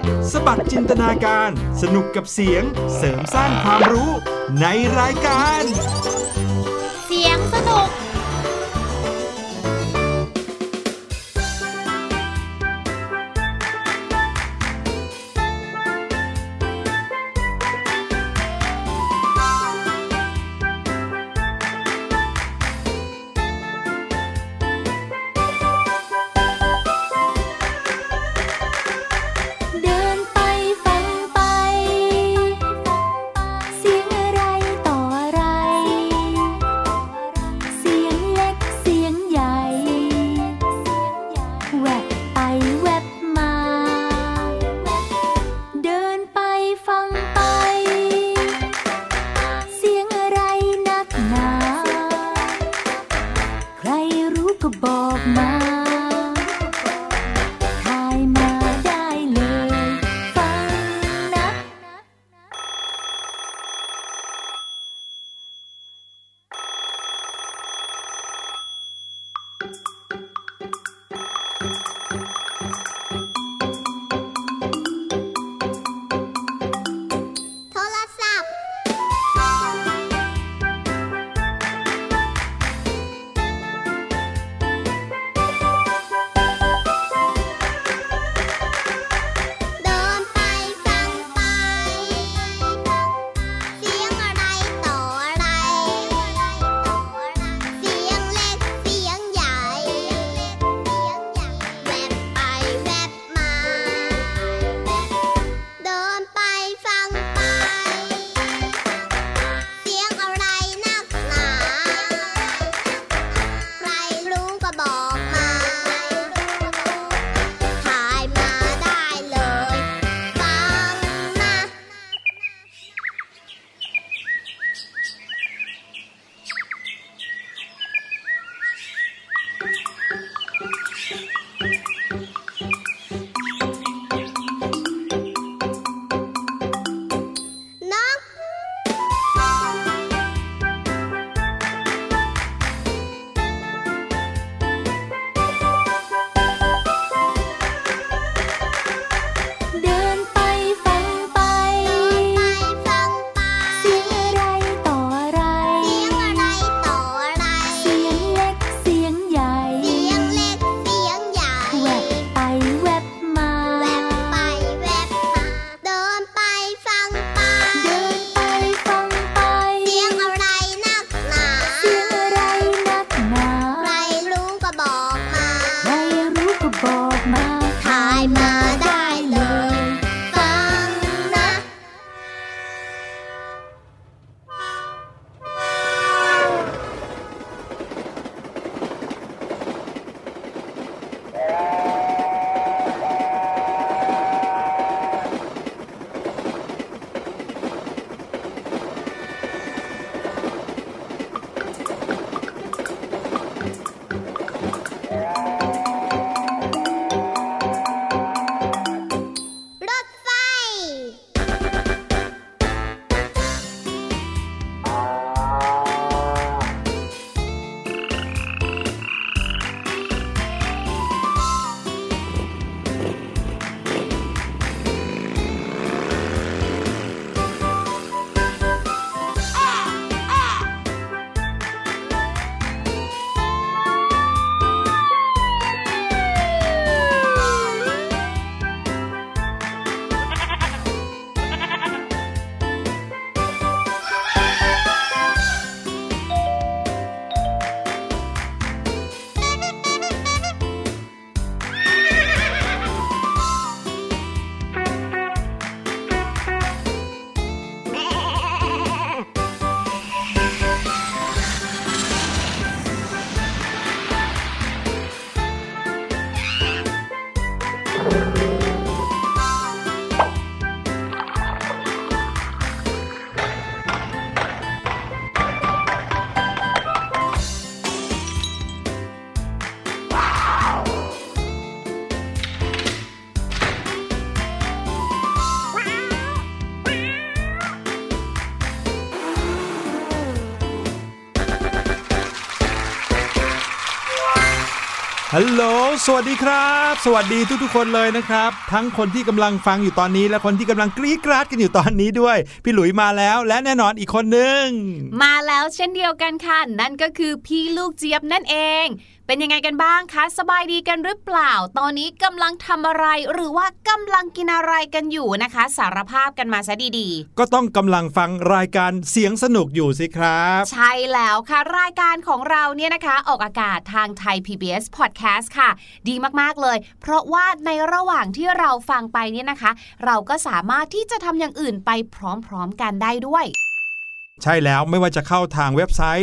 สบัดจินตนาการสนุกกับเสียงเสริมสร้างความรู้ในรายการเสียงสนุกฮัลโหลสวัสดีครับสวัสดีทุกๆคนเลยนะครับทั้งคนที่กำลังฟังอยู่ตอนนี้และคนที่กำลังกรี๊ดกราดกันอยู่ตอนนี้ด้วยพี่หลุยมาแล้วและแน่นอนอีกคนนึงมาแล้วเช่นเดียวกันค่ะนั่นก็คือพี่ลูกเจี๊ยบนั่นเองเป็นยังไงกันบ้างคะสบายดีกันหรือเปล่าตอนนี้กำลังทำอะไรหรือว่ากำลังกินอะไรกันอยู่นะคะสารภาพกันมาซะดีๆก็ต้องกำลังฟังรายการเสียงสนุกอยู่สิครับใช่แล้วค่ะรายการของเราเนี่ยนะคะออกอากาศทางไทย PBS Podcast ค่ะดีมากๆเลยเพราะว่าในระหว่างที่เราฟังไปเนี่ยนะคะเราก็สามารถที่จะทำอย่างอื่นไปพร้อมๆกันได้ด้วยใช่แล้วไม่ว่าจะเข้าทางเว็บไซต์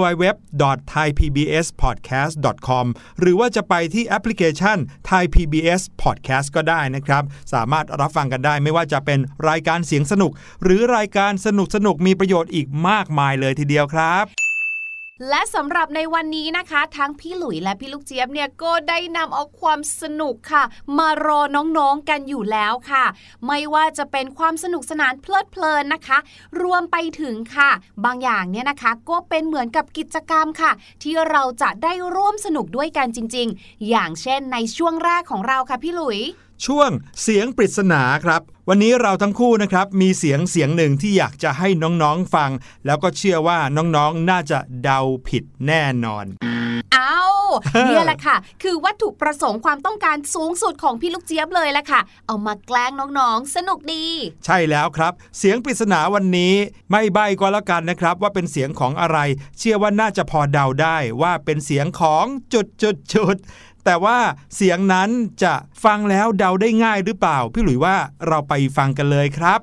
www.thaipbspodcast.com หรือว่าจะไปที่แอปพลิเคชัน Thai PBS Podcast ก็ได้นะครับสามารถรับฟังกันได้ไม่ว่าจะเป็นรายการเสียงสนุกหรือรายการสนุกมีประโยชน์อีกมากมายเลยทีเดียวครับและสำหรับในวันนี้นะคะทั้งพี่หลุยและพี่ลูกเจี๊ยบเนี่ยก็ได้นำเอาความสนุกค่ะมารอน้องๆกันอยู่แล้วค่ะไม่ว่าจะเป็นความสนุกสนานเพลิดเพลินนะคะรวมไปถึงค่ะบางอย่างเนี่ยนะคะก็เป็นเหมือนกับกิจกรรมค่ะที่เราจะได้ร่วมสนุกด้วยกันจริงๆอย่างเช่นในช่วงแรกของเราค่ะพี่หลุยช่วงเสียงปริศนาครับวันนี้เราทั้งคู่นะครับมีเสียงหนึ่งที่อยากจะให้น้องๆฟังแล้วก็เชื่อว่าน้องๆน่าจะเดาผิดแน่นอนเนี่ยแหละค่ะคือวัตถุประสงค์ความต้องการสูงสุดของพี่ลูกเจี๊ยบเลยแหละค่ะเอามาแกล้งน้องๆสนุกดีใช่แล้วครับเสียงปริศนาวันนี้ไม่ใบ้ก็แล้วกันนะครับว่าเป็นเสียงของอะไรเชื่อว่าน่าจะพอเดาได้ว่าเป็นเสียงของจุดแต่ว่าเสียงนั้นจะฟังแล้วเดาได้ง่ายหรือเปล่าพี่หลุยว่าเราไปฟังกันเลยครับ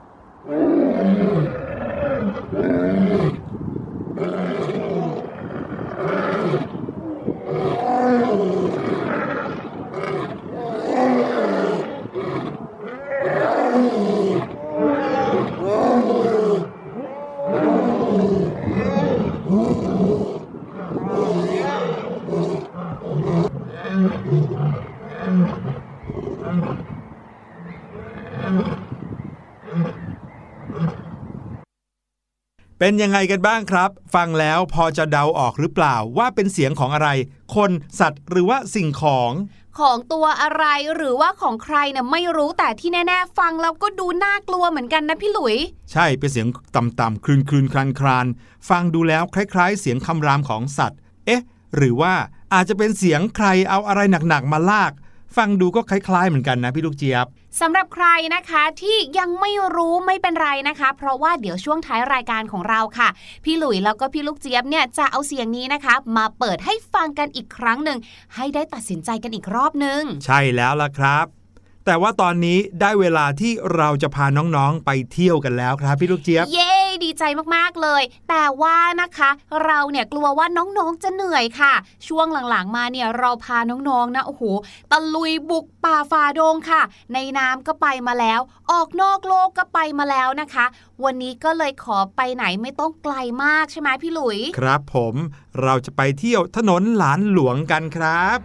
เป็นยังไงกันบ้างครับฟังแล้วพอจะเดาออกหรือเปล่าว่าเป็นเสียงของอะไรคนสัตว์หรือว่าสิ่งของตัวอะไรหรือว่าของใครเนี่ยไม่รู้แต่ที่แน่ๆฟังแล้วก็ดูน่ากลัวเหมือนกันนะพี่หลุยใช่เป็นเสียงต่ำๆคลืนคลานฟังดูแล้วคล้ายๆเสียงคำรามของสัตว์เอ๊ะหรือว่าอาจจะเป็นเสียงใครเอาอะไรหนักๆมาลากฟังดูก็คล้ายๆเหมือนกันนะพี่ลูกเจี๊ยบสำหรับใครนะคะที่ยังไม่รู้ไม่เป็นไรนะคะเพราะว่าเดี๋ยวช่วงท้ายรายการของเราค่ะพี่หลุยแล้วก็พี่ลูกเจี๊ยบเนี่ยจะเอาเสียงนี้นะคะมาเปิดให้ฟังกันอีกครั้งหนึ่งให้ได้ตัดสินใจกันอีกรอบนึงใช่แล้วล่ะครับแต่ว่าตอนนี้ได้เวลาที่เราจะพาน้องๆไปเที่ยวกันแล้วครับพี่ลูกเจี๊ยบเย้ดีใจมากๆเลยแต่ว่านะคะเราเนี่ยกลัวว่าน้องๆจะเหนื่อยค่ะช่วงหลังๆมาเนี่ยเราพาน้องๆนะโอ้โหตะลุยบุกป่าฝ่าดงค่ะในน้ำก็ไปมาแล้วออกนอกโลกก็ไปมาแล้วนะคะวันนี้ก็เลยขอไปไหนไม่ต้องไกลมากใช่ไหมพี่หลุยครับผมเราจะไปเที่ยวถนนหลานหลวงกันครับ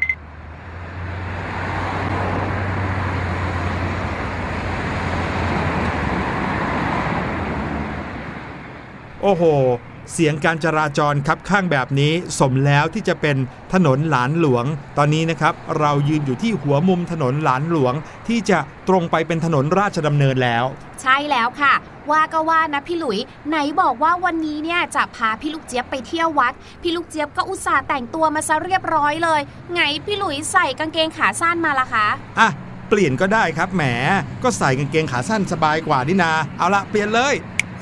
โอ้โหเสียงการจราจรคับข้างแบบนี้สมแล้วที่จะเป็นถนนหลานหลวงตอนนี้นะครับเรายืนอยู่ที่หัวมุมถนนหลานหลวงที่จะตรงไปเป็นถนนราชดำเนินแล้วใช่แล้วค่ะว่าก็ว่านะพี่หลุยไหนบอกว่าวันนี้เนี่ยจะพาพี่ลูกเจี๊ยบไปเที่ยววัดพี่ลูกเจี๊ยบก็อุตส่าห์แต่งตัวมาซะเรียบร้อยเลยไงพี่หลุยใส่กางเกงขาสั้นมาล่ะคะอ่ะเปลี่ยนก็ได้ครับแหมก็ใส่กางเกงขาสั้นสบายกว่านี่นาเอาละเปลี่ยนเลย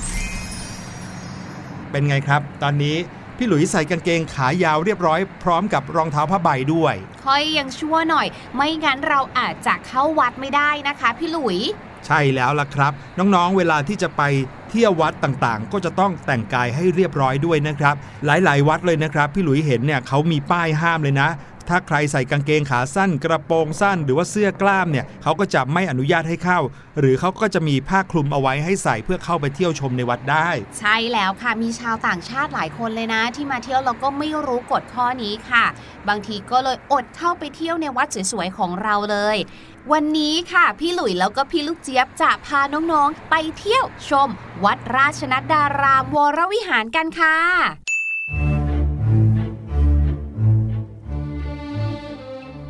เป็นไงครับตอนนี้พี่หลุยใส่กางเกงขายาวเรียบร้อยพร้อมกับรองเท้าผ้าใบด้วยค่อยยังชั่วหน่อยไม่งั้นเราอาจจะเข้าวัดไม่ได้นะคะพี่หลุยใช่แล้วล่ะครับน้องๆเวลาที่จะไปเที่ยววัดต่างๆก็จะต้องแต่งกายให้เรียบร้อยด้วยนะครับหลายๆวัดเลยนะครับพี่หลุยเห็นเนี่ยเขามีป้ายห้ามเลยนะถ้าใครใส่กางเกงขาสั้นกระโปรงสั้นหรือว่าเสื้อกล้ามเนี่ยเขาก็จะไม่อนุญาตให้เข้าหรือเขาก็จะมีผ้าคลุมเอาไว้ให้ใส่เพื่อเข้าไปเที่ยวชมในวัดได้ใช่แล้วค่ะมีชาวต่างชาติหลายคนเลยนะที่มาเที่ยวเราก็ไม่รู้กฎข้อนี้ค่ะบางทีก็เลยอดเข้าไปเที่ยวในวัดสวยๆของเราเลยวันนี้ค่ะพี่หลุยแล้วก็พี่ลูกเจี๊ยบจะพาน้องๆไปเที่ยวชมวัดราชนัดดารามวรวิหารกันค่ะ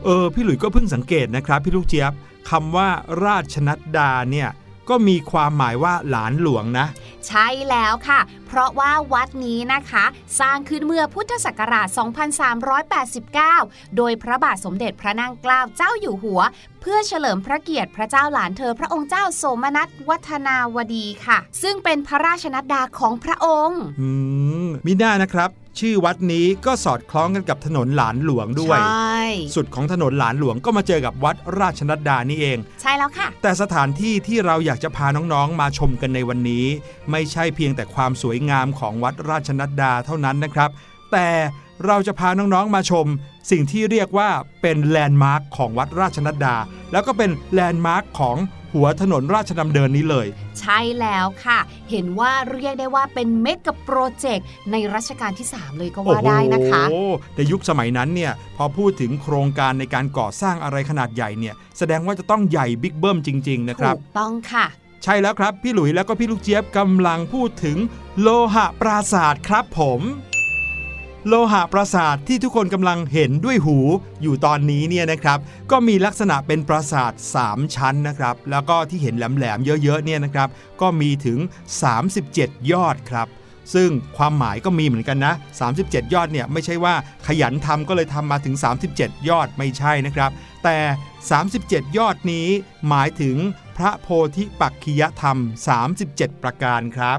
พี่หลุยส์ก็เพิ่งสังเกตนะครับพี่ลูกเจี๊ยบคำว่าราชนัดดาเนี่ยก็มีความหมายว่าหลานหลวงนะใช่แล้วค่ะเพราะว่าวัดนี้นะคะสร้างขึ้นเมื่อพุทธศักราช 2389 โดยพระบาทสมเด็จพระนางเกล้าเจ้าอยู่หัวเพื่อเฉลิมพระเกียรติพระเจ้าหลานเธอพระองค์เจ้าโสมนัสวัฒนาวดีค่ะซึ่งเป็นพระราชนัดดาของพระองค์มิน่านะครับชื่อวัดนี้ก็สอดคล้องกันกับถนนหลานหลวงด้วยใช่สุดของถนนหลานหลวงก็มาเจอกับวัดราชนัดดานี่เองใช่แล้วค่ะแต่สถานที่ที่เราอยากจะพาน้องๆมาชมกันในวันนี้ไม่ใช่เพียงแต่ความสวยงามของวัดราชนัดดาเท่านั้นนะครับแต่เราจะพาน้องๆมาชมสิ่งที่เรียกว่าเป็นแลนด์มาร์คของวัดราชนัดดาแล้วก็เป็นแลนด์มาร์คของหัวถนนราชดำเนินนี้เลยใช่แล้วค่ะเห็นว่าเรียกได้ว่าเป็นเมกะโปรเจกต์ในรัชกาลที่3เลยก็ว่าได้นะคะในยุคสมัยนั้นเนี่ยพอพูดถึงโครงการในการก่อสร้างอะไรขนาดใหญ่เนี่ยแสดงว่าจะต้องใหญ่บิ๊กเบิ้มจริงๆนะครับถูกต้องค่ะใช่แล้วครับพี่หลุยแล้วก็พี่ลูกเจี๊ยบกำลังพูดถึงโลหะปราสาทครับผมโลหะปราสาทที่ทุกคนกำลังเห็นด้วยหูอยู่ตอนนี้เนี่ยนะครับก็มีลักษณะเป็นปราสาท3ชั้นนะครับแล้วก็ที่เห็นแหลมๆเยอะๆเนี่ยนะครับก็มีถึง37ยอดครับซึ่งความหมายก็มีเหมือนกันนะ37ยอดเนี่ยไม่ใช่ว่าขยันทำก็เลยทำมาถึง37ยอดไม่ใช่นะครับแต่37ยอดนี้หมายถึงพระโพธิปักขิยธรรม37ประการครับ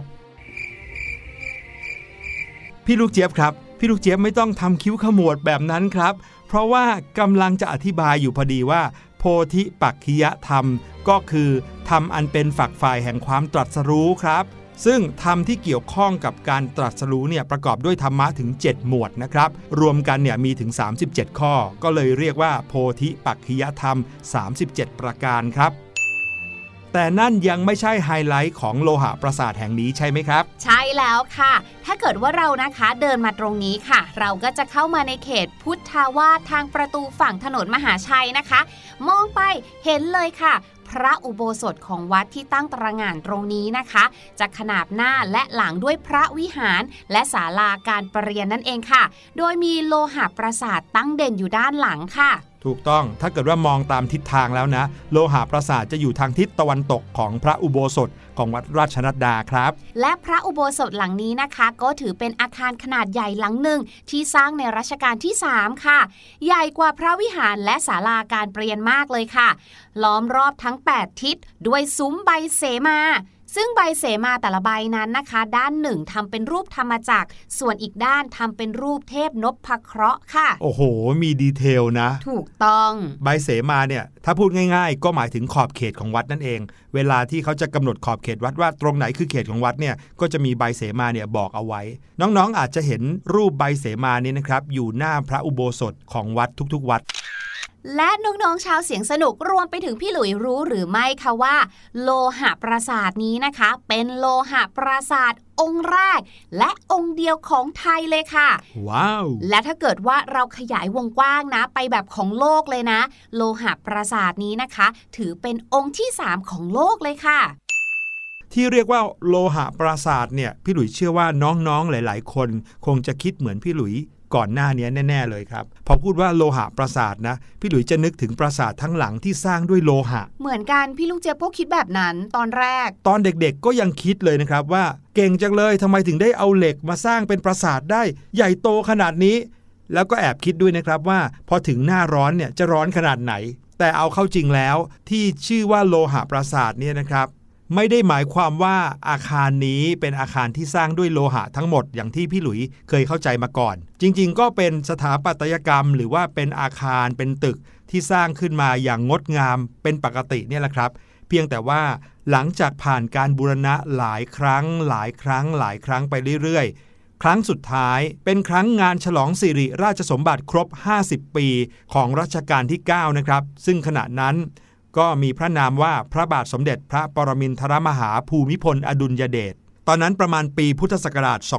พี่ลูกเจี๊ยบครับพี่ลูกเจี๊ยบไม่ต้องทำคิ้วขมวดแบบนั้นครับเพราะว่ากำลังจะอธิบายอยู่พอดีว่าโพธิปักขิยธรรมก็คือธรรมอันเป็นฝักฝ่ายแห่งความตรัสรู้ครับซึ่งธรรมที่เกี่ยวข้องกับการตรัสรู้เนี่ยประกอบด้วยธรรมะถึง7หมวดนะครับรวมกันเนี่ยมีถึง37ข้อก็เลยเรียกว่าโพธิปักขิยธรรม37ประการครับแต่นั่นยังไม่ใช่ไฮไลท์ของโลหะปราสาทแห่งนี้ใช่ไหมครับใช่แล้วค่ะถ้าเกิดว่าเรานะคะเดินมาตรงนี้ค่ะเราก็จะเข้ามาในเขตพุทธาวาสทางประตูฝั่งถนนมหาชัยนะคะมองไปเห็นเลยค่ะพระอุโบสถของวัดที่ตั้งตระหง่านตรงนี้นะคะจะขนาบหน้าและหลังด้วยพระวิหารและศาลาการประเรียนนั่นเองค่ะโดยมีโลหะปราสาทตั้งเด่นอยู่ด้านหลังค่ะถูกต้องถ้าเกิดว่ามองตามทิศทางแล้วนะโลหะปราสาทจะอยู่ทางทิศตะวันตกของพระอุโบสถของวัดราชนัดดาครับและพระอุโบสถหลังนี้นะคะก็ถือเป็นอาคารขนาดใหญ่หลังหนึ่งที่สร้างในรัชกาลที่3ค่ะใหญ่กว่าพระวิหารและศาลาการประเรียนมากเลยค่ะล้อมรอบทั้ง8ทิศด้วยซุ้มใบเสมาซึ่งใบเสมาแต่ละใบนั้นนะคะด้านหนึ่งทำเป็นรูปธรรมจักรส่วนอีกด้านทำเป็นรูปเทพนพเคราะห์ค่ะโอ้โหมีดีเทลนะถูกต้องใบเสมาเนี่ยถ้าพูดง่ายๆก็หมายถึงขอบเขตของวัดนั่นเองเวลาที่เขาจะกำหนดขอบเขตวัดว่าตรงไหนคือเขตของวัดเนี่ยก็จะมีใบเสมาเนี่ยบอกเอาไว้น้องๆอาจจะเห็นรูปใบเสมานี้นะครับอยู่หน้าพระอุโบสถของวัดทุกๆวัดและน้องๆชาวเสียงสนุกรวมไปถึงพี่หลุยรู้หรือไม่คะว่าโลหะปราสาทนี้นะคะเป็นโลหะปราสาทองค์แรกและองค์เดียวของไทยเลยค่ะว้าวและถ้าเกิดว่าเราขยายวงกว้างนะไปแบบของโลกเลยนะโลหะปราสาทนี้นะคะถือเป็นองค์ที่3ของโลกเลยค่ะที่เรียกว่าโลหะปราสาทเนี่ยพี่หลุยเชื่อว่าน้องๆหลายๆคนคงจะคิดเหมือนพี่หลุยก่อนหน้านี้แน่ๆเลยครับพอพูดว่าโลหะปราสาทนะพี่หลุยจะนึกถึงปราสาททั้งหลังที่สร้างด้วยโลหะเหมือนกันพี่ลูกเจี๊ยบก็คิดแบบนั้นตอนแรกตอนเด็กๆก็ยังคิดเลยนะครับว่าเก่งจังเลยทำไมถึงได้เอาเหล็กมาสร้างเป็นปราสาทได้ใหญ่โตขนาดนี้แล้วก็แอบคิดด้วยนะครับว่าพอถึงหน้าร้อนเนี่ยจะร้อนขนาดไหนแต่เอาเข้าจริงแล้วที่ชื่อว่าโลหะปราสาทเนี่ยนะครับไม่ได้หมายความว่าอาคารนี้เป็นอาคารที่สร้างด้วยโลหะทั้งหมดอย่างที่พี่หลุยเคยเข้าใจมาก่อนจริงๆก็เป็นสถาปัตยกรรมหรือว่าเป็นอาคารเป็นตึกที่สร้างขึ้นมาอย่างงดงามเป็นปกติเนี่ยแหละครับเพียงแต่ว่าหลังจากผ่านการบูรณะหลายครั้งไปเรื่อยๆครั้งสุดท้ายเป็นครั้งงานฉลองสิริราชสมบัติครบ50ปีของรัชกาลที่9นะครับซึ่งขณะนั้นก็มีพระนามว่าพระบาทสมเด็จพระปรมินทรมหาภูมิพลอดุลยเดชตอนนั้นประมาณปีพุทธศักราช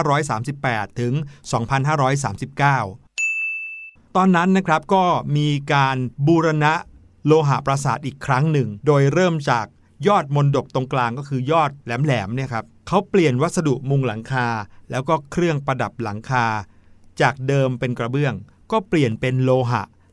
2538 ถึง 2539 ตอนนั้นนะครับก็มีการบูรณะโลหะปราสาทอีกครั้งหนึ่งโดยเริ่มจากยอดมณฑปตรงกลางก็คือยอดแหลมๆเนี่ยครับเขาเปลี่ยนวัสดุมุงหลังคาแล้วก็เครื่องประดับหลังคาจากเดิมเป็นกระเบื้องก็เปลี่ยนเป็นโลหะ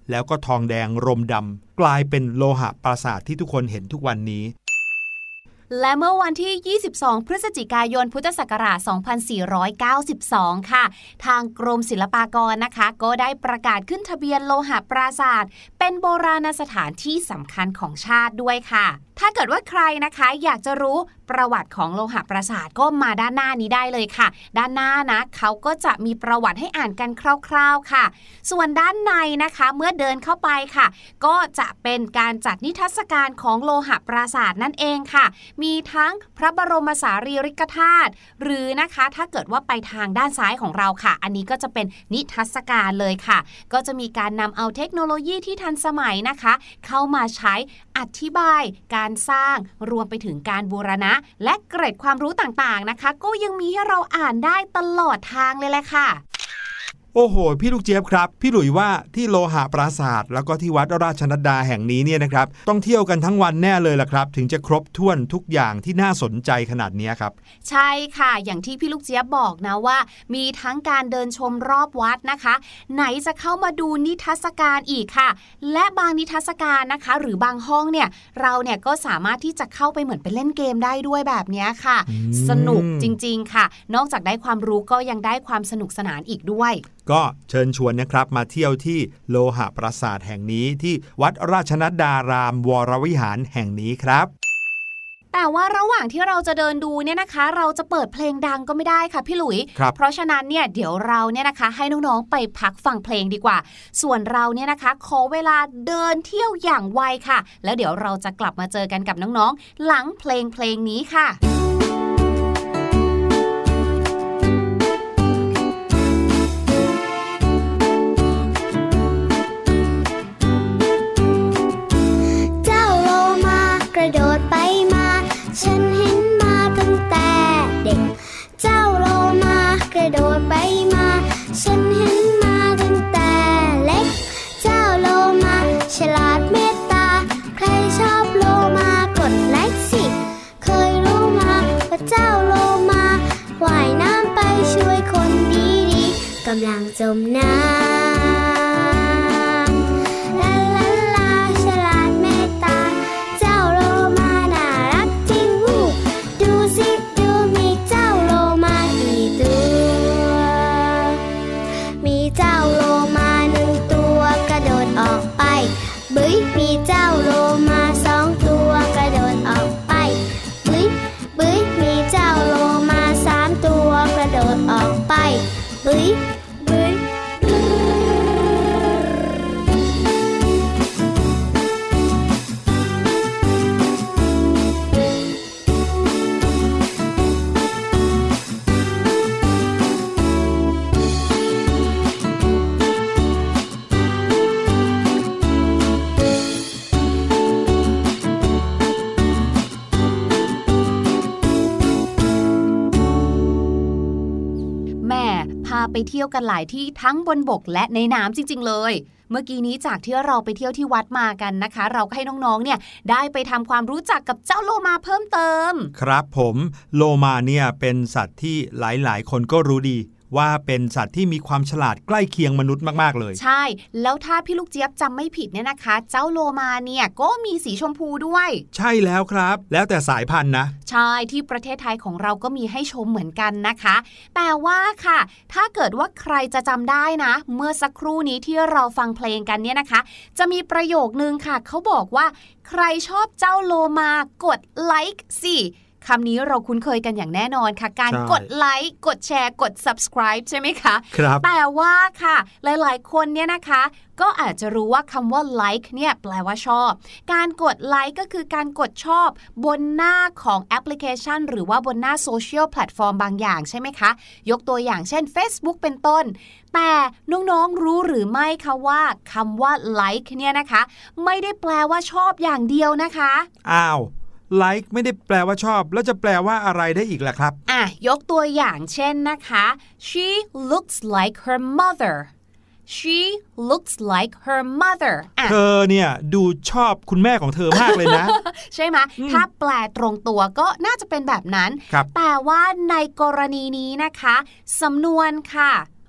แล้วก็ทองแดงรมดำกลายเป็นโลหะปราสาทที่ทุกคนเห็นทุกวันนี้และเมื่อวันที่ 22 พฤศจิกายน พุทธศักราช 2492 ค่ะทางกรมศิลปากรนะคะก็ได้ประกาศขึ้นทะเบียนโลหะปราสาทเป็นโบราณสถานที่สำคัญของชาติด้วยค่ะถ้าเกิดว่าใครนะคะอยากจะรู้ประวัติของโลหะปราสาทก็มาด้านหน้านี้ได้เลยค่ะด้านหน้านะเขาก็จะมีประวัติให้อ่านกันคร่าวๆค่ะส่วนด้านในนะคะเมื่อเดินเข้าไปค่ะก็จะเป็นการจัดนิทรรศการของโลหะปราสาทนั่นเองค่ะมีทั้งพระบรมสารีริกธาตุหรือนะคะถ้าเกิดว่าไปทางด้านซ้ายของเราค่ะอันนี้ก็จะเป็นนิทรรศการเลยค่ะก็จะมีการนำเอาเทคโนโลยีที่ทันสมัยนะคะเข้ามาใช้อธิบายการสร้างรวมไปถึงการบูรณะและเกร็ดความรู้ต่างๆนะคะก็ยังมีให้เราอ่านได้ตลอดทางเลยแหละค่ะโอ้โหพี่ลูกเจี๊ยบครับพี่หลุยว่าที่โลหะปราสาทแล้วก็ที่วัดราชนัดดาแห่งนี้เนี่ยนะครับต้องเที่ยวกันทั้งวันแน่เลยล่ะครับถึงจะครบถ้วนทุกอย่างที่น่าสนใจขนาดนี้ครับใช่ค่ะอย่างที่พี่ลูกเจี๊ยบบอกนะว่ามีทั้งการเดินชมรอบวัดนะคะไหนจะเข้ามาดูนิทรรศการอีกค่ะและบางนิทรรศการนะคะหรือบางห้องเนี่ยเราเนี่ยก็สามารถที่จะเข้าไปเหมือนไปเล่นเกมได้ด้วยแบบนี้ค่ะสนุกจริงๆค่ะนอกจากได้ความรู้ก็ยังได้ความสนุกสนานอีกด้วยก็เชิญชวนนะครับมาเที่ยวที่โลหะปราสาทแห่งนี้ที่วัดราชนัดดารามวรวิหารแห่งนี้ครับแต่ว่าระหว่างที่เราจะเดินดูเนี่ยนะคะเราจะเปิดเพลงดังก็ไม่ได้ค่ะพี่หลุยเพราะฉะนั้นเนี่ยเดี๋ยวเราเนี่ยนะคะให้น้องๆไปพักฟังเพลงดีกว่าส่วนเราเนี่ยนะคะขอเวลาเดินเที่ยวอย่างไวค่ะแล้วเดี๋ยวเราจะกลับมาเจอกันกับน้องๆหลังเพลงนี้ค่ะโดดไปมาฉันเห็นมาตั้งแต่เด็กเจ้าโลมากระโดดไปมาฉันเห็นมาตั้งแต่เล็กเจ้าโลมาฉลาดเมตตาใครชอบโลมากดไลค์สิเคยรู้มาว่าเจ้าโลมาว่ายน้ำไปช่วยคนดีๆกำลังจมน้ำมีเจ้าโลมา2ตัวกระโดดออกไปบึ้ยบึ้ยมีเจ้าโลมา3ตัวกระโดดออกไปบึ้ยบึ้ยไปเที่ยวกันหลายที่ทั้งบนบกและในน้ำจริงๆเลยเมื่อกี้นี้จากที่เราไปเที่ยวที่วัดมากันนะคะเราก็ให้น้องๆเนี่ยได้ไปทำความรู้จักกับเจ้าโลมาเพิ่มเติมครับผมโลมาเนี่ยเป็นสัตว์ที่หลายๆคนก็รู้ดีว่าเป็นสัตว์ที่มีความฉลาดใกล้เคียงมนุษย์มากๆเลยใช่แล้วถ้าพี่ลูกเจี๊ยบจำไม่ผิดเนี่ยนะคะเจ้าโลมาเนี่ยก็มีสีชมพูด้วยใช่แล้วครับแล้วแต่สายพันธุ์นะใช่ที่ประเทศไทยของเราก็มีให้ชมเหมือนกันนะคะแต่ว่าค่ะถ้าเกิดว่าใครจะจำได้นะเมื่อสักครู่นี้ที่เราฟังเพลงกันเนี่ยนะคะจะมีประโยคนึงค่ะเขาบอกว่าใครชอบเจ้าโลมากดไลค์สิคำนี้เราคุ้นเคยกันอย่างแน่นอนค่ะการกดไลค์กดแชร์กด subscribe ใช่ไหมคะครับแต่ว่าค่ะหลายๆคนเนี่ยนะคะก็อาจจะรู้ว่าคำว่า like เนี่ยแปลว่าชอบการกดไลค์ก็คือการกดชอบบนหน้าของแอปพลิเคชันหรือว่าบนหน้าโซเชียลแพลตฟอร์มบางอย่างใช่ไหมคะยกตัวอย่างเช่น Facebook เป็นต้นแต่น้องๆรู้หรือไม่คะว่าคำว่า like เนี่ยนะคะไม่ได้แปลว่าชอบอย่างเดียวนะคะอ้าวlike ไม่ได้แปลว่าชอบแล้วจะแปลว่าอะไรได้อีกล่ะครับยกตัวอย่างเช่นนะคะ she looks like her mother she looks like her mother เธอเนี่ยดูชอบคุณแม่ของเธอมากเลยนะใช่ไหมถ้าแปลตรงตัวก็น่าจะเป็นแบบนั้นแต่ว่าในกรณีนี้นะคะสำนวนค่ะ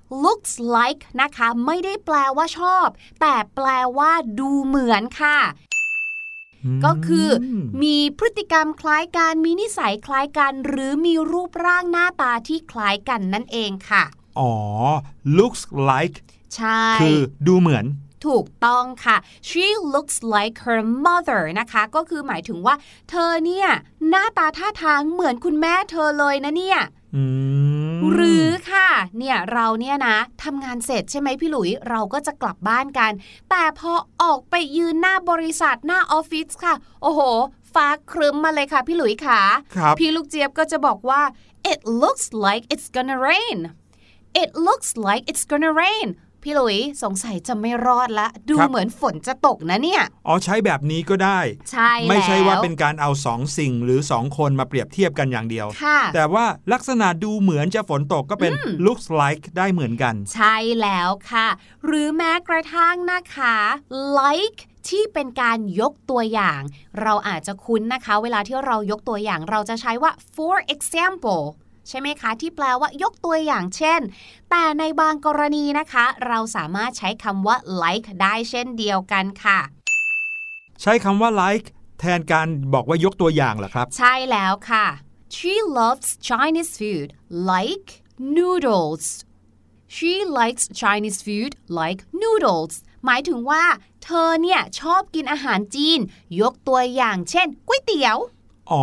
looks like นะคะไม่ได้แปลว่าชอบแต่แปลว่าดูเหมือนค่ะก็คือมีพฤติกรรมคล้ายกันมีนิสัยคล้ายกันหรือมีรูปร่างหน้าตาที่คล้ายกันนั่นเองค่ะอ๋อ looks like ใช่คือดูเหมือนถูกต้องค่ะ she looks like her mother นะคะก็คือหมายถึงว่าเธอเนี่ยหน้าตาท่าทางเหมือนคุณแม่เธอเลยนะเนี่ยหรือค่ะเนี่ยเราเนี่ยนะทำงานเสร็จใช่ไหมพี่หลุยเราก็จะกลับบ้านกันแต่พอออกไปยืนหน้าบริษัทหน้าออฟฟิศค่ะโอ้โหฟ้าครึ้มมาเลยค่ะพี่หลุยค่ะพี่ลูกเจี๊ยบก็จะบอกว่า it looks like it's gonna rain it looks like it's gonna rainพี่ลุยสงสัยจะไม่รอดละดูเหมือนฝนจะตกนะเนี่ยอ๋อใช้แบบนี้ก็ได้ใช่แล้วไม่ใช่ว่าเป็นการเอา2สิ่งหรือ2คนมาเปรียบเทียบกันอย่างเดียวแต่ว่าลักษณะดูเหมือนจะฝนตกก็เป็น looks like ได้เหมือนกันใช่แล้วค่ะหรือแม้กระทั่งนะคะ like ที่เป็นการยกตัวอย่างเราอาจจะคุ้นนะคะเวลาที่เรายกตัวอย่างเราจะใช้ว่า for exampleใช่ไหมคะที่แปลว่ายกตัวอย่างเช่นแต่ในบางกรณีนะคะเราสามารถใช้คำว่า like ได้เช่นเดียวกันค่ะใช้คำว่า like แทนการบอกว่ายกตัวอย่างเหรอครับใช่แล้วค่ะ She loves Chinese food like noodles She likes Chinese food like noodles หมายถึงว่าเธอเนี่ยชอบกินอาหารจีนยกตัวอย่างเช่นก๋วยเตี๋ยวอ๋อ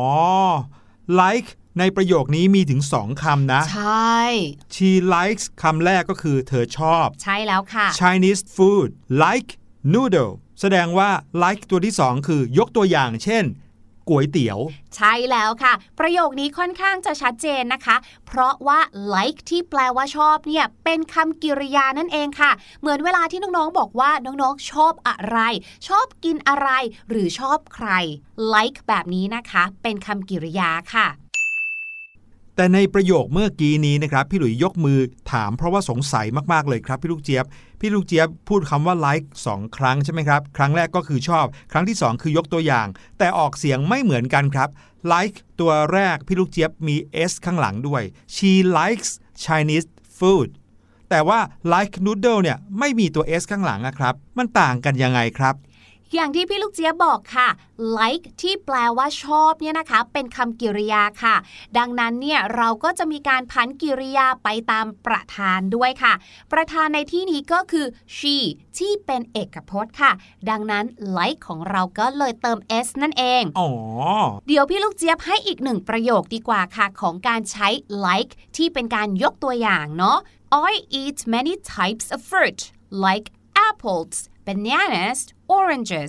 likeในประโยคนี้มีถึง2คำนะใช่ She likes คำแรกก็คือเธอชอบใช่แล้วค่ะ Chinese food like noodle แสดงว่า like ตัวที่2คือยกตัวอย่างเช่นก๋วยเตี๋ยวใช่แล้วค่ะประโยคนี้ค่อนข้างจะชัดเจนนะคะเพราะว่า like ที่แปลว่าชอบเนี่ยเป็นคำกริยานั่นเองค่ะเหมือนเวลาที่น้องๆบอกว่าน้องๆชอบอะไรชอบกินอะไรหรือชอบใคร like แบบนี้นะคะเป็นคำกริยาค่ะแต่ในประโยคเมื่อกี้นี้นะครับพี่หลุยยกมือถามเพราะว่าสงสัยมากๆเลยครับพี่ลูกเจี๊ยบพูดคำว่า like 2 ครั้งใช่ไหมครับครั้งแรกก็คือชอบครั้งที่2คือยกตัวอย่างแต่ออกเสียงไม่เหมือนกันครับ like ตัวแรกพี่ลูกเจี๊ยบมี s ข้างหลังด้วย she likes Chinese food แต่ว่า like noodle เนี่ยไม่มีตัว s ข้างหลังนะครับมันต่างกันยังไงครับอย่างที่พี่ลูกเจี๊ยบบอกค่ะ like ที่แปลว่าชอบเนี่ยนะคะเป็นคำกริยาค่ะดังนั้นเนี่ยเราก็จะมีการพันกริยาไปตามประธานด้วยค่ะประธานในที่นี้ก็คือ she ที่เป็นเอกพจน์ค่ะดังนั้น like ของเราก็เลยเติม s นั่นเองอ๋อเดี๋ยวพี่ลูกเจี๊ยบให้อีก1ประโยคดีกว่าค่ะของการใช้ like ที่เป็นการยกตัวอย่างเนาะ I eat many types of fruit like apples bananas, oranges.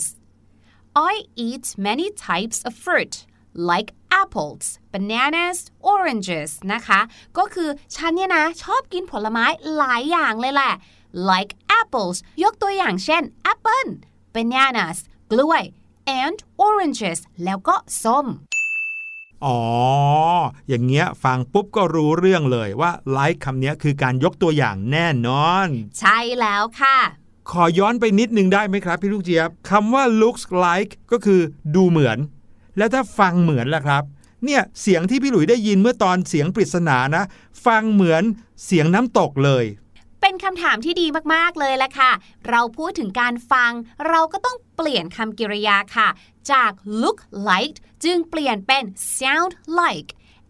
I eat many types of fruit, like apples, bananas, oranges นะคะก็คือฉันเนี่ยนะชอบกินผลไม้หลายอย่างเลยแหละ like apples ยกตัวอย่างเช่น apple, bananas กล้วย and oranges แล้วก็ส้มอ๋ออย่างเงี้ยฟังปุ๊บก็รู้เรื่องเลยว่า like คำนี้คือการยกตัวอย่างแน่นอนใช่แล้วค่ะขอย้อนไปนิดนึงได้ไหมครับพี่ลูกเจี๊ยบคำว่า looks like ก็คือดูเหมือนแล้วถ้าฟังเหมือนล่ะครับเนี่ยเสียงที่พี่หลุยได้ยินเมื่อตอนเสียงปริศนานะฟังเหมือนเสียงน้ำตกเลยเป็นคำถามที่ดีมากๆเลยละค่ะเราพูดถึงการฟังเราก็ต้องเปลี่ยนคำกริยาค่ะจาก look like จึงเปลี่ยนเป็น sound like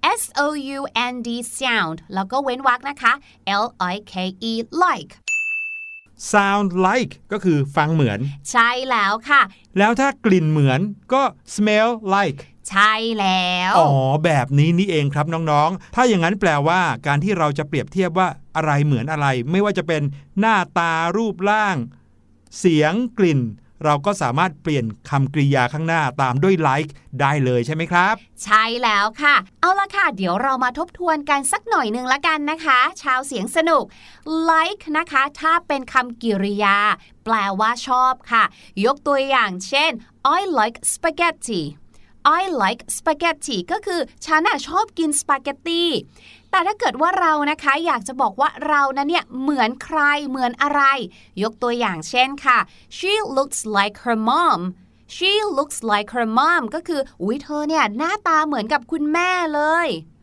sound sound แล้วก็เว้นวรรคนะคะ like like sound like ก็คือฟังเหมือนใช่แล้วค่ะแล้วถ้ากลิ่นเหมือนก็ smell like ใช่แล้วอ๋อแบบนี้นี่เองครับน้องๆถ้าอย่างนั้นแปลว่าการที่เราจะเปรียบเทียบว่าอะไรเหมือนอะไรไม่ว่าจะเป็นหน้าตารูปร่างเสียงกลิ่นเราก็สามารถเปลี่ยนคำกริยาข้างหน้าตามด้วย like ได้เลยใช่ไหมครับใช่แล้วค่ะเอาล่ะค่ะเดี๋ยวเรามาทบทวนกันสักหน่อยนึงละกันนะคะชาวเสียงสนุก like นะคะถ้าเป็นคำกริยาแปลว่าชอบค่ะยกตัวอย่างเช่น I like spaghetti I like spaghetti ก็คือฉันชอบกินสปาเกตตีแต่ถ้าเกิดว่าเรานะคะอยากจะบอกว่าเรานั้นเนี่ยเหมือนใครเหมือนอะไรยกตัวอย่างเช่นค่ะ She looks like her mom She looks like her mom ก็คืออุ๊ยเธอเนี่ยหน้าตาเหมือนกับคุณแม่เลย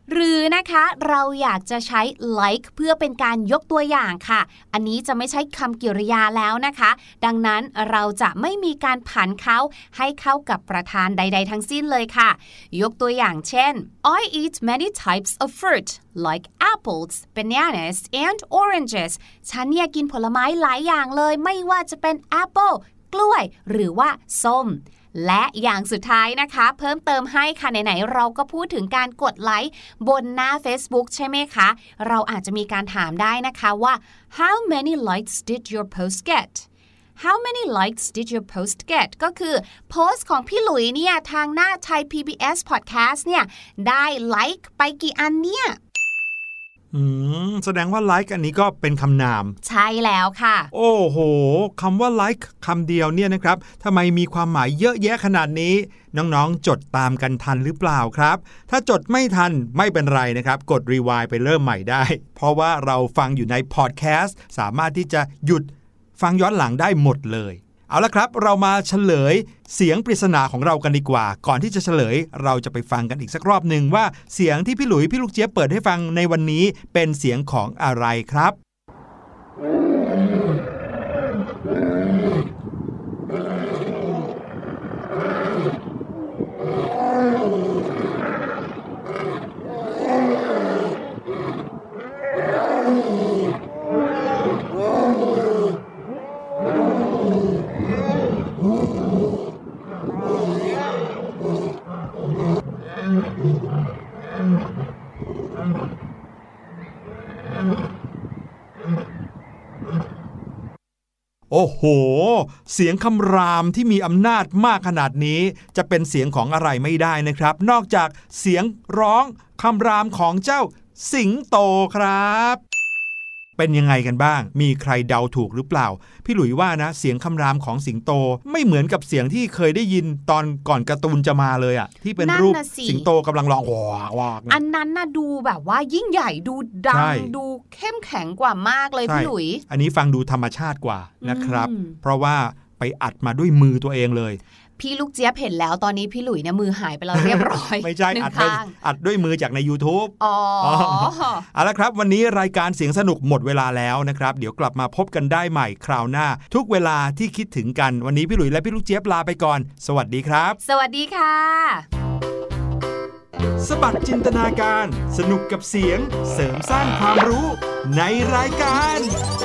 หรือนะคะเราอยากจะใช้ like เพื่อเป็นการยกตัวอย่างค่ะอันนี้จะไม่ใช่คำกริยาแล้วนะคะดังนั้นเราจะไม่มีการผันเขาให้เข้ากับประธานใดๆทั้งสิ้นเลยค่ะยกตัวอย่างเช่น I eat many types of fruit like apples, bananas and oranges ฉันเนี่ยกินผลไม้หลายอย่างเลยไม่ว่าจะเป็น apple กล้วยหรือว่าส้มและอย่างสุดท้ายนะคะเพิ่มเติมให้ค่ะไหนๆเราก็พูดถึงการกดไลค์บนหน้า Facebook ใช่ไหมคะเราอาจจะมีการถามได้นะคะว่า How many likes did your post get? How many likes did your post get? ก็คือโพสต์ของพี่หลุยเนี่ยทางหน้า Thai PBS Podcast เนี่ยได้ไลค์ไปกี่อันเนี่ยแสดงว่า like อันนี้ก็เป็นคำนามใช่แล้วค่ะโอ้โหคำว่า like คำเดียวเนี่ยนะครับทำไมมีความหมายเยอะแยะขนาดนี้น้องๆจดตามกันทันหรือเปล่าครับถ้าจดไม่ทันไม่เป็นไรนะครับกดรีวายไปเริ่มใหม่ได้เพราะว่าเราฟังอยู่ในพอดแคสต์สามารถที่จะหยุดฟังย้อนหลังได้หมดเลยเอาละครับเรามาเฉลยเสียงปริศนาของเรากันดีกว่าก่อนที่จะเฉลยเราจะไปฟังกันอีกสักรอบนึงว่าเสียงที่พี่หลุยพี่ลูกเจี๊ยบเปิดให้ฟังในวันนี้เป็นเสียงของอะไรครับโอ้โหเสียงคำรามที่มีอำนาจมากขนาดนี้จะเป็นเสียงของอะไรไม่ได้นะครับนอกจากเสียงร้องคำรามของเจ้าสิงโตครับเป็นยังไงกันบ้างมีใครเดาถูกหรือเปล่าพี่หลุยว่านะเสียงคำรามของสิงโตไม่เหมือนกับเสียงที่เคยได้ยินตอนก่อนการ์ตูนจะมาเลยอ่ะที่เป็นรูปสิงโตกำลังร้องว้าวอันนั้นน่ะดูแบบว่ายิ่งใหญ่ดูดังดูเข้มแข็งกว่ามากเลยพี่หลุยอันนี้ฟังดูธรรมชาติกว่านะครับเพราะว่าไปอัดมาด้วยมือตัวเองเลยพี่ลูกเจี๊ยบเห็นแล้วตอนนี้พี่หลุยเนี่ยมือหายไปแล้วเรียบร้อยไม่ใช่อัดด้วยมือจากใน YouTube อ๋อเอาละครับวันนี้รายการเสียงสนุกหมดเวลาแล้วนะครับเดี๋ยวกลับมาพบกันได้ใหม่คราวหน้าทุกเวลาที่คิดถึงกันวันนี้พี่หลุยและพี่ลูกเจี๊ยบลาไปก่อนสวัสดีครับสวัสดีค่ะสบัดจินตนาการสนุกกับเสียงเสริมสร้างความรู้ในรายการ